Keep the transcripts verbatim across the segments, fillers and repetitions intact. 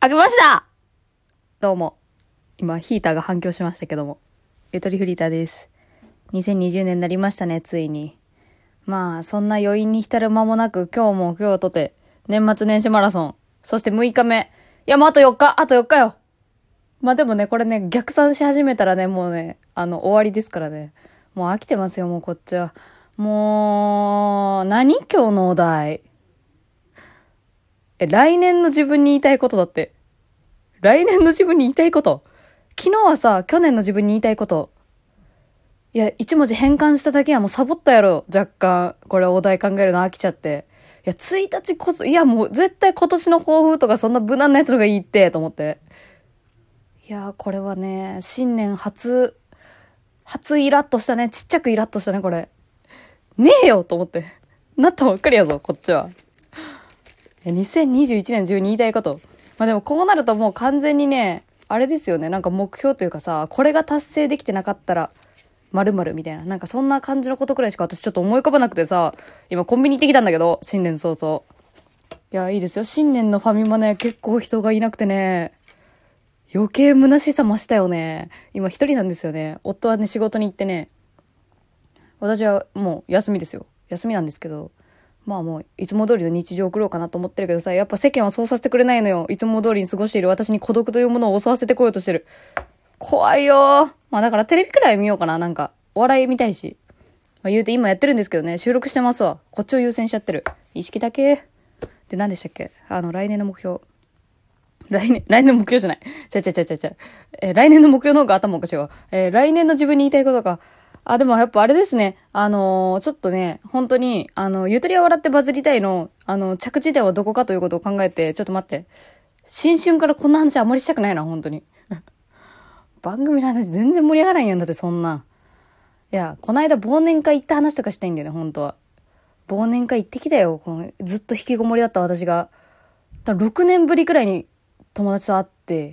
あげました。どうも。今、ヒーターが反響しましたけども。ゆとりフリーターです。にせんにじゅうねんになりましたね、ついに。まあ、そんな余韻に浸る間もなく、今日も今日とて、年末年始マラソン。そしてむいかめ。いや、もうあとよっか、あとよっかよ。まあでもね、これね、逆算し始めたらね、もうね、あの、終わりですからね。もう飽きてますよ、もうこっちは。もう、何今日のお題。え、来年の自分に言いたいことだって。来年の自分に言いたいこと。昨日はさ、去年の自分に言いたいこと。いや、一文字変換しただけはもうサボったやろ。若干。これお題考えるの飽きちゃって。いや、ついたちこそ、いやもう絶対今年の抱負とかそんな無難なやつのがいいって、と思って。いやー、これはね、新年初、初イラッとしたね。ちっちゃくイラッとしたね、これ。ねえよと思って。なったばっかりやぞ、こっちは。にせんにじゅういちねん中に言いたいこと。まあでもこうなるともう完全にね、あれですよね。なんか目標というかさ、これが達成できてなかったら、〇〇みたいな。なんかそんな感じのことくらいしか私ちょっと思い浮かばなくてさ、今コンビニ行ってきたんだけど、新年早々。いや、いいですよ。新年のファミマね、結構人がいなくてね、余計虚しさ増したよね。今一人なんですよね。夫はね、仕事に行ってね、私はもう休みですよ。休みなんですけど、まあもういつも通りの日常を送ろうかなと思ってるけどさ、やっぱ世間はそうさせてくれないのよ。いつも通りに過ごしている私に孤独というものを襲わせてこようとしてる。怖いよー。まあだからテレビくらい見ようかな。なんか、お笑い見たいし。まあ言うて今やってるんですけどね、収録してますわ。こっちを優先しちゃってる。意識だけ。で、何でしたっけ？あの、来年の目標。来年、来年の目標じゃない。ちゃちゃちゃちゃちゃ。えー来年の目標の方が頭おかしいわ。えー来年の自分に言いたいことか。あ、でもやっぱあれですね。あのーちょっとね、本当に、あの、ゆとりは笑ってバズりたいの、あの、着地点はどこかということを考えて、ちょっと待って。新春からこんな話あんまりしたくないな、本当に。番組の話全然盛り上がらんやんだって、そんな。いや、この間忘年会行った話とかしたいんだよね、本当は。忘年会行ってきたよ、このずっと引きこもりだった私が。だろくねんぶりくらいに友達と会って、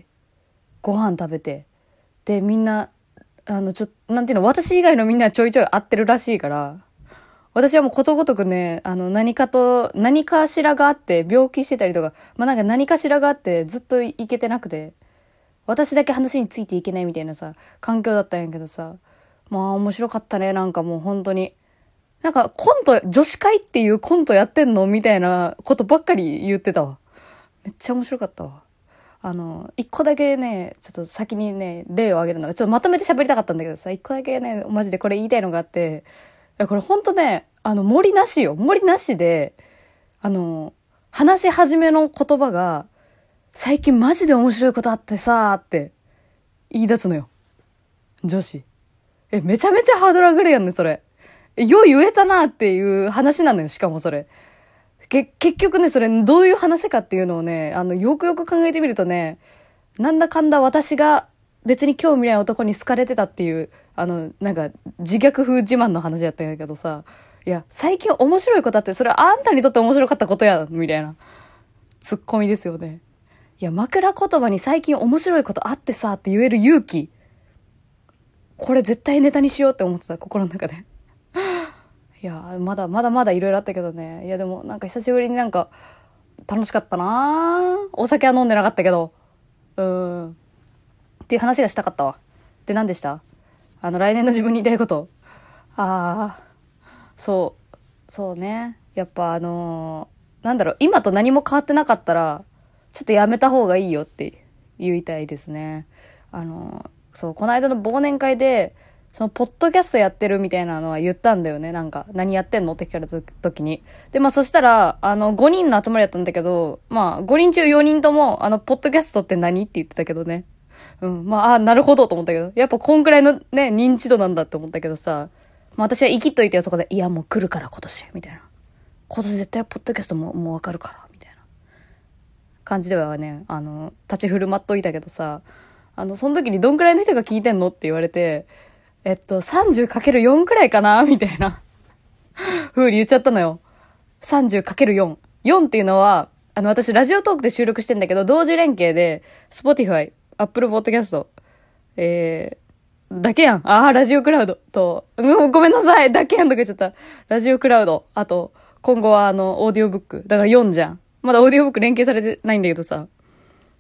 ご飯食べて、で、みんな、あの、ちょ、なんていうの、私以外のみんなはちょいちょい会ってるらしいから、私はもうことごとくね、あの、何かと、何かしらがあって、病気してたりとか、まあ、なんか何かしらがあって、ずっと行けてなくて、私だけ話についていけないみたいなさ、環境だったんやけどさ、まあ、面白かったね、なんかもう本当に。なんか、コント、女子会っていうコントやってんのみたいなことばっかり言ってたわ。めっちゃ面白かったわ。あの、一個だけね、ちょっと先にね、例を挙げるなら、ちょっとまとめて喋りたかったんだけどさ、一個だけね、マジでこれ言いたいのがあって、いや、これほんとね、あの、森なしよ。森なしで、あの、話し始めの言葉が、最近マジで面白いことあってさーって言い出すのよ。女子。え、めちゃめちゃハードル上がるやんね、それ。えよう言えたなっていう話なのよ、しかもそれ。け、結局ね、それどういう話かっていうのをね、あの、よくよく考えてみるとね、なんだかんだ私が別に興味ない男に好かれてたっていう、あの、なんか、自虐風自慢の話やったんやけどさ、いや、最近面白いことあって、それはあんたにとって面白かったことや、みたいな、ツッコミですよね。いや、枕言葉に最近面白いことあってさ、って言える勇気。これ絶対ネタにしようって思ってた、心の中で。いや、まだまだまだいろいろあったけどね。いや、でもなんか久しぶりになんか、楽しかったなぁ。お酒は飲んでなかったけど。うーん。っていう話がしたかったわ。で、何でした？あの、来年の自分に言いたいこと。ああ、そう、そうね。やっぱあのーなんだろう、今と何も変わってなかったら、ちょっとやめた方がいいよって言いたいですね。あのーそう、この間の忘年会で、その、ポッドキャストやってるみたいなのは言ったんだよね。なんか、何やってんのって聞かれた時に。で、まあそしたら、あの、ごにんの集まりだったんだけど、まあ、ごにん中よにんとも、あの、ポッドキャストって何って言ってたけどね。うん。まあ、あ、なるほどと思ったけど。やっぱこんくらいのね、認知度なんだって思ったけどさ。まあ私は生きっといてよ、そこで。いや、もう来るから今年。みたいな。今年絶対ポッドキャストも、もうわかるから。みたいな感じではね、あの、立ち振る舞っといたけどさ。あの、その時にどんくらいの人が聞いてんのって言われて、えっと、さんじゅうかけるよん くらいかなみたいな風に言っちゃったのよ。さんじゅうかけるよん。よんっていうのは、あの、私、ラジオトークで収録してんだけど、同時連携で、Spotify、Apple Podcast、えー、だけやん。あー、ラジオクラウドと、もうごめんなさい、だけやんとか言っちゃった。ラジオクラウド、あと、今後はあの、オーディオブック。だからよんじゃん。まだオーディオブック連携されてないんだけどさ。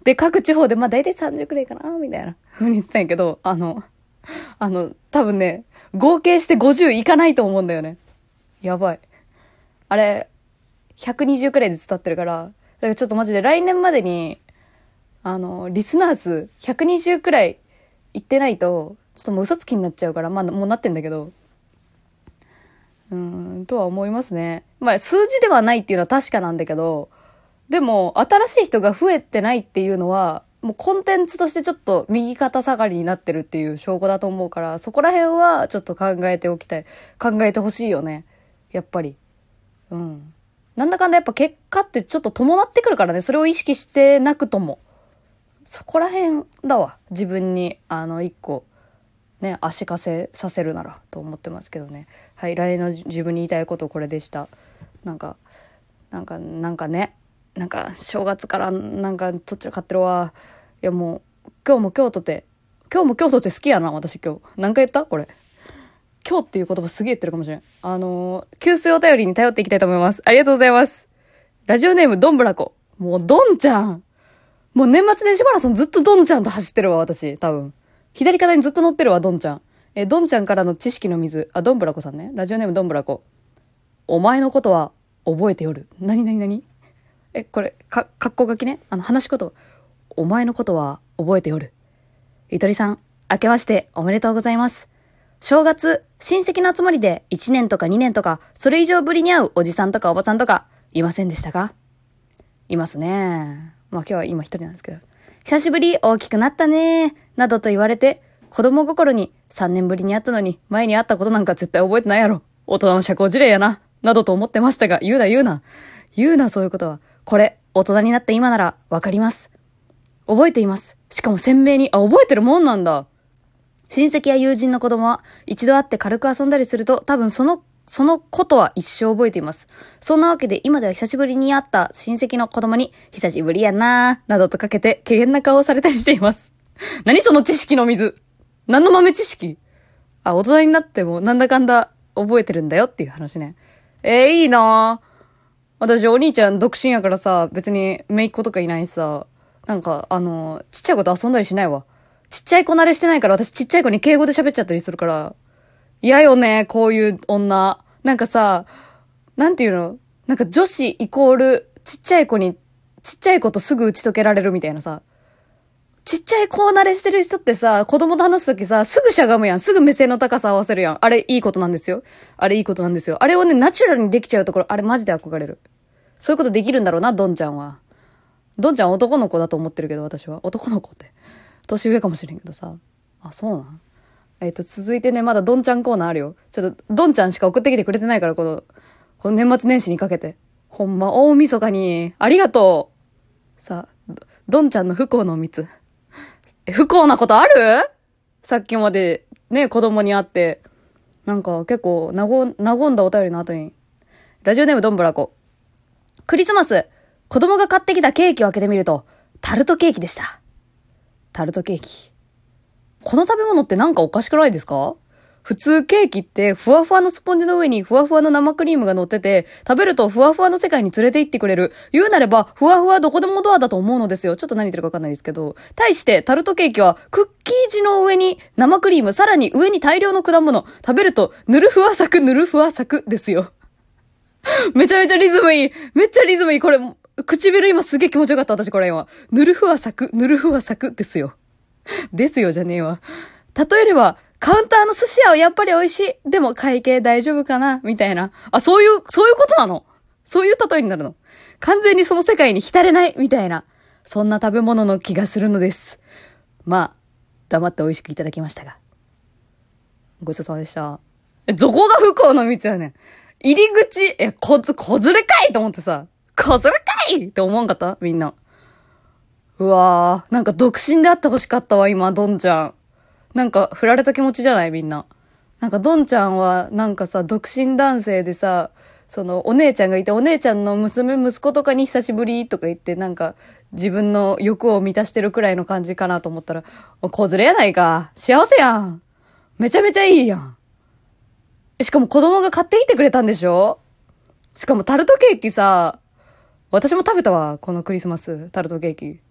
で、各地方で、まあ大体さんじゅうくらいかな、みたいな風に言ってたんやけど、あの、あの、多分ね、合計してごじゅういかないと思うんだよね。やばい。あれ、ひゃくにじゅうくらいで伝ってるから、だからちょっとマジで来年までに、あの、リスナー数ひゃくにじゅうくらいいってないと、ちょっともう嘘つきになっちゃうから、まあもうなってんだけど、うーん、とは思いますね。まあ数字ではないっていうのは確かなんだけど、でも新しい人が増えてないっていうのは、もうコンテンツとしてちょっと右肩下がりになってるっていう証拠だと思うから、そこら辺はちょっと考えておきたい。考えてほしいよね。やっぱり。うん。なんだかんだやっぱ結果ってちょっと伴ってくるからね。それを意識してなくとも。そこら辺だわ。自分に、あの、一個、ね、足かせさせるならと思ってますけどね。はい、来年の自分に言いたいことこれでした。なんか、なんか、なんかね。なんか、正月からなんか、どっちら買ってるわ。いやもう、今日も今日とて、今日も今日とて好きやな、私今日。何回言ったこれ。今日っていう言葉すげえ言ってるかもしれん。あのー、給水お便りに頼っていきたいと思います。ありがとうございます。ラジオネームどんぶらこ。もうどんちゃん。もう年末年始マラソンずっとどんちゃんと走ってるわ、私。多分。左肩にずっと乗ってるわ、どんちゃん。え、どんちゃんからの知識の水。あ、どんぶらこさんね。ラジオネームどんぶらこ。お前のことは覚えておる。なになになにえ、これ、か、かっこ書きね。あの、話しこと。お前のことは覚えておる。ゆとりさん、明けましておめでとうございます。正月、親戚の集まりでいちねんとかにねんとか、それ以上ぶりに会うおじさんとかおばさんとか、いませんでしたか？いますね。まあ今日は今一人なんですけど。久しぶり、大きくなったね、などと言われて、子供心にさんねんぶりに会ったのに、前に会ったことなんか絶対覚えてないやろ。大人の社交辞令やな、などと思ってましたが、言うな言うな。言うなそういうことは。これ、大人になった今ならわかります。覚えています。しかも鮮明に、あ、覚えてるもんなんだ。親戚や友人の子供は一度会って軽く遊んだりすると多分その、そのことは一生覚えています。そんなわけで今では久しぶりに会った親戚の子供に久しぶりやなーなどとかけて怪げな顔をされたりしています。何その知識の水。何の豆知識？あ、大人になってもなんだかんだ覚えてるんだよっていう話ね。えー、いいなー。私お兄ちゃん独身やからさ、別に姪っ子とかいないしさ、なんかあの、ちっちゃい子と遊んだりしないわ。ちっちゃい子慣れしてないから、私ちっちゃい子に敬語で喋っちゃったりするから。嫌よね、こういう女。なんかさ、なんていうの？なんか女子イコール、ちっちゃい子に、ちっちゃい子とすぐ打ち解けられるみたいなさ。ちっちゃい子慣れしてる人ってさ、子供と話すときさ、すぐしゃがむやん。すぐ目線の高さ合わせるやん。あれいいことなんですよ。あれいいことなんですよ。あれをね、ナチュラルにできちゃうところ、あれマジで憧れる。そういうことできるんだろうな、ドンちゃんは。ドンちゃん男の子だと思ってるけど、私は。男の子って。年上かもしれんけどさ。あ、そうなん？えっと、続いてね、まだドンちゃんコーナーあるよ。ちょっと、ドンちゃんしか送ってきてくれてないから、この、この年末年始にかけて。ほんま、大晦日に、ありがとう。さあ、ドンちゃんの不幸の蜜。え、不幸なことある？さっきまで、ね、子供に会って、なんか結構、なご、和んだお便りの後に、ラジオネームドンブラコ。クリスマス、子供が買ってきたケーキを開けてみると、タルトケーキでした。タルトケーキ。この食べ物ってなんかおかしくないですか？普通ケーキってふわふわのスポンジの上にふわふわの生クリームが乗ってて、食べるとふわふわの世界に連れて行ってくれる。言うなれば、ふわふわどこでもドアだと思うのですよ。ちょっと何言ってるかわかんないですけど。対してタルトケーキはクッキー地の上に生クリーム、さらに上に大量の果物。食べるとぬるふわサクぬるふわサクですよ。めちゃめちゃリズムいい。めっちゃリズムいい。これ、唇今すげえ気持ちよかった。私これ今。ぬるふわサクぬるふわサクですよ。ですよじゃねえわ。例えれば、カウンターの寿司屋はやっぱり美味しい。でも会計大丈夫かなみたいな。あ、そういう、そういうことなの？そういう例えになるの？完全にその世界に浸れないみたいな。そんな食べ物の気がするのです。まあ、黙って美味しくいただきましたが。ごちそうさまでした。え、どこが不幸の蜜やねん。入り口、え、こず、こずれかいと思ってさ。こずれかいって思わんかったみんな。うわー、なんか独身であってほしかったわ、今、ドンちゃん。なんか、振られた気持ちじゃないみんな。なんか、ドンちゃんは、なんかさ、独身男性でさ、その、お姉ちゃんがいて、お姉ちゃんの娘、息子とかに久しぶりとか言って、なんか、自分の欲を満たしてるくらいの感じかなと思ったら、子連れやないか。幸せやん。めちゃめちゃいいやん。しかも子供が買ってきてくれたんでしょ？しかもタルトケーキさ、私も食べたわ、このクリスマス、タルトケーキ。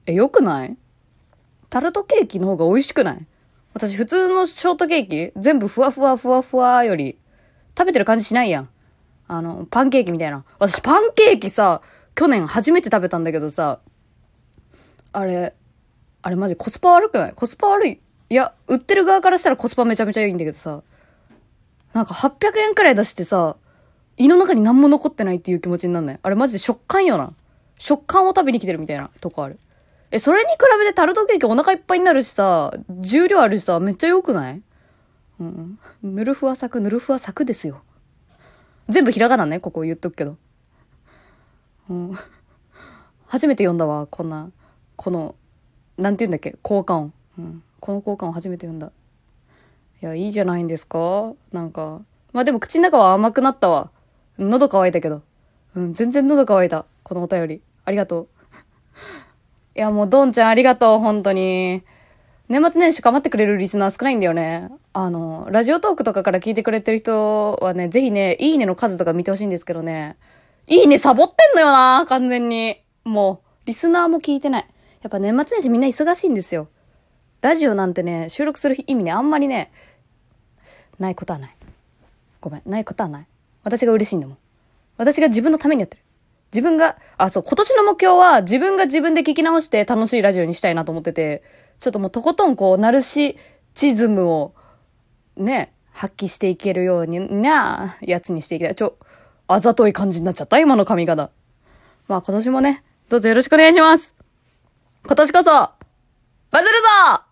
え、よくない？タルトケーキの方が美味しくない？私普通のショートケーキ全部ふわふわふわふわより食べてる感じしないやん。あの、パンケーキみたいな。私パンケーキさ、去年初めて食べたんだけどさ、あれ、あれマジコスパ悪くない？コスパ悪い。いや、売ってる側からしたらコスパめちゃめちゃいいんだけどさ、なんかはっぴゃくえんくらい出してさ、胃の中に何も残ってないっていう気持ちになんない？あれマジで食感よな。食感を食べに来てるみたいなとこある。え、それに比べてタルトケーキお腹いっぱいになるしさ、重量あるしさ、めっちゃ良くない？うん。ぬるふわサク、ぬるふわサクですよ。全部ひらがなね、ここ言っとくけど。うん。初めて読んだわ、こんな、この、なんて言うんだっけ、効果音。うん。この効果音初めて読んだ。いや、いいじゃないんですか？なんか。まあでも口の中は甘くなったわ。喉乾いたけど。うん、全然喉乾いた。このお便り。ありがとう。いや、もうドンちゃんありがとう、本当に。年末年始構ってくれるリスナー少ないんだよね。あの、ラジオトークとかから聞いてくれてる人はね、ぜひね、いいねの数とか見てほしいんですけどね。いいねサボってんのよな、完全に。もう、リスナーも聞いてない。やっぱ年末年始みんな忙しいんですよ。ラジオなんてね、収録する意味ね、あんまりね、ないことはない。ごめん、ないことはない。私が嬉しいんだもん。私が自分のためにやってる。自分が、あ、そう、今年の目標は自分が自分で聞き直して楽しいラジオにしたいなと思ってて、ちょっともうとことんこう、ナルシチズムをね、発揮していけるようにな、やつにしていきたい。ちょ、あざとい感じになっちゃった今の髪型。まあ今年もね、どうぞよろしくお願いします。今年こそ、バズるぞ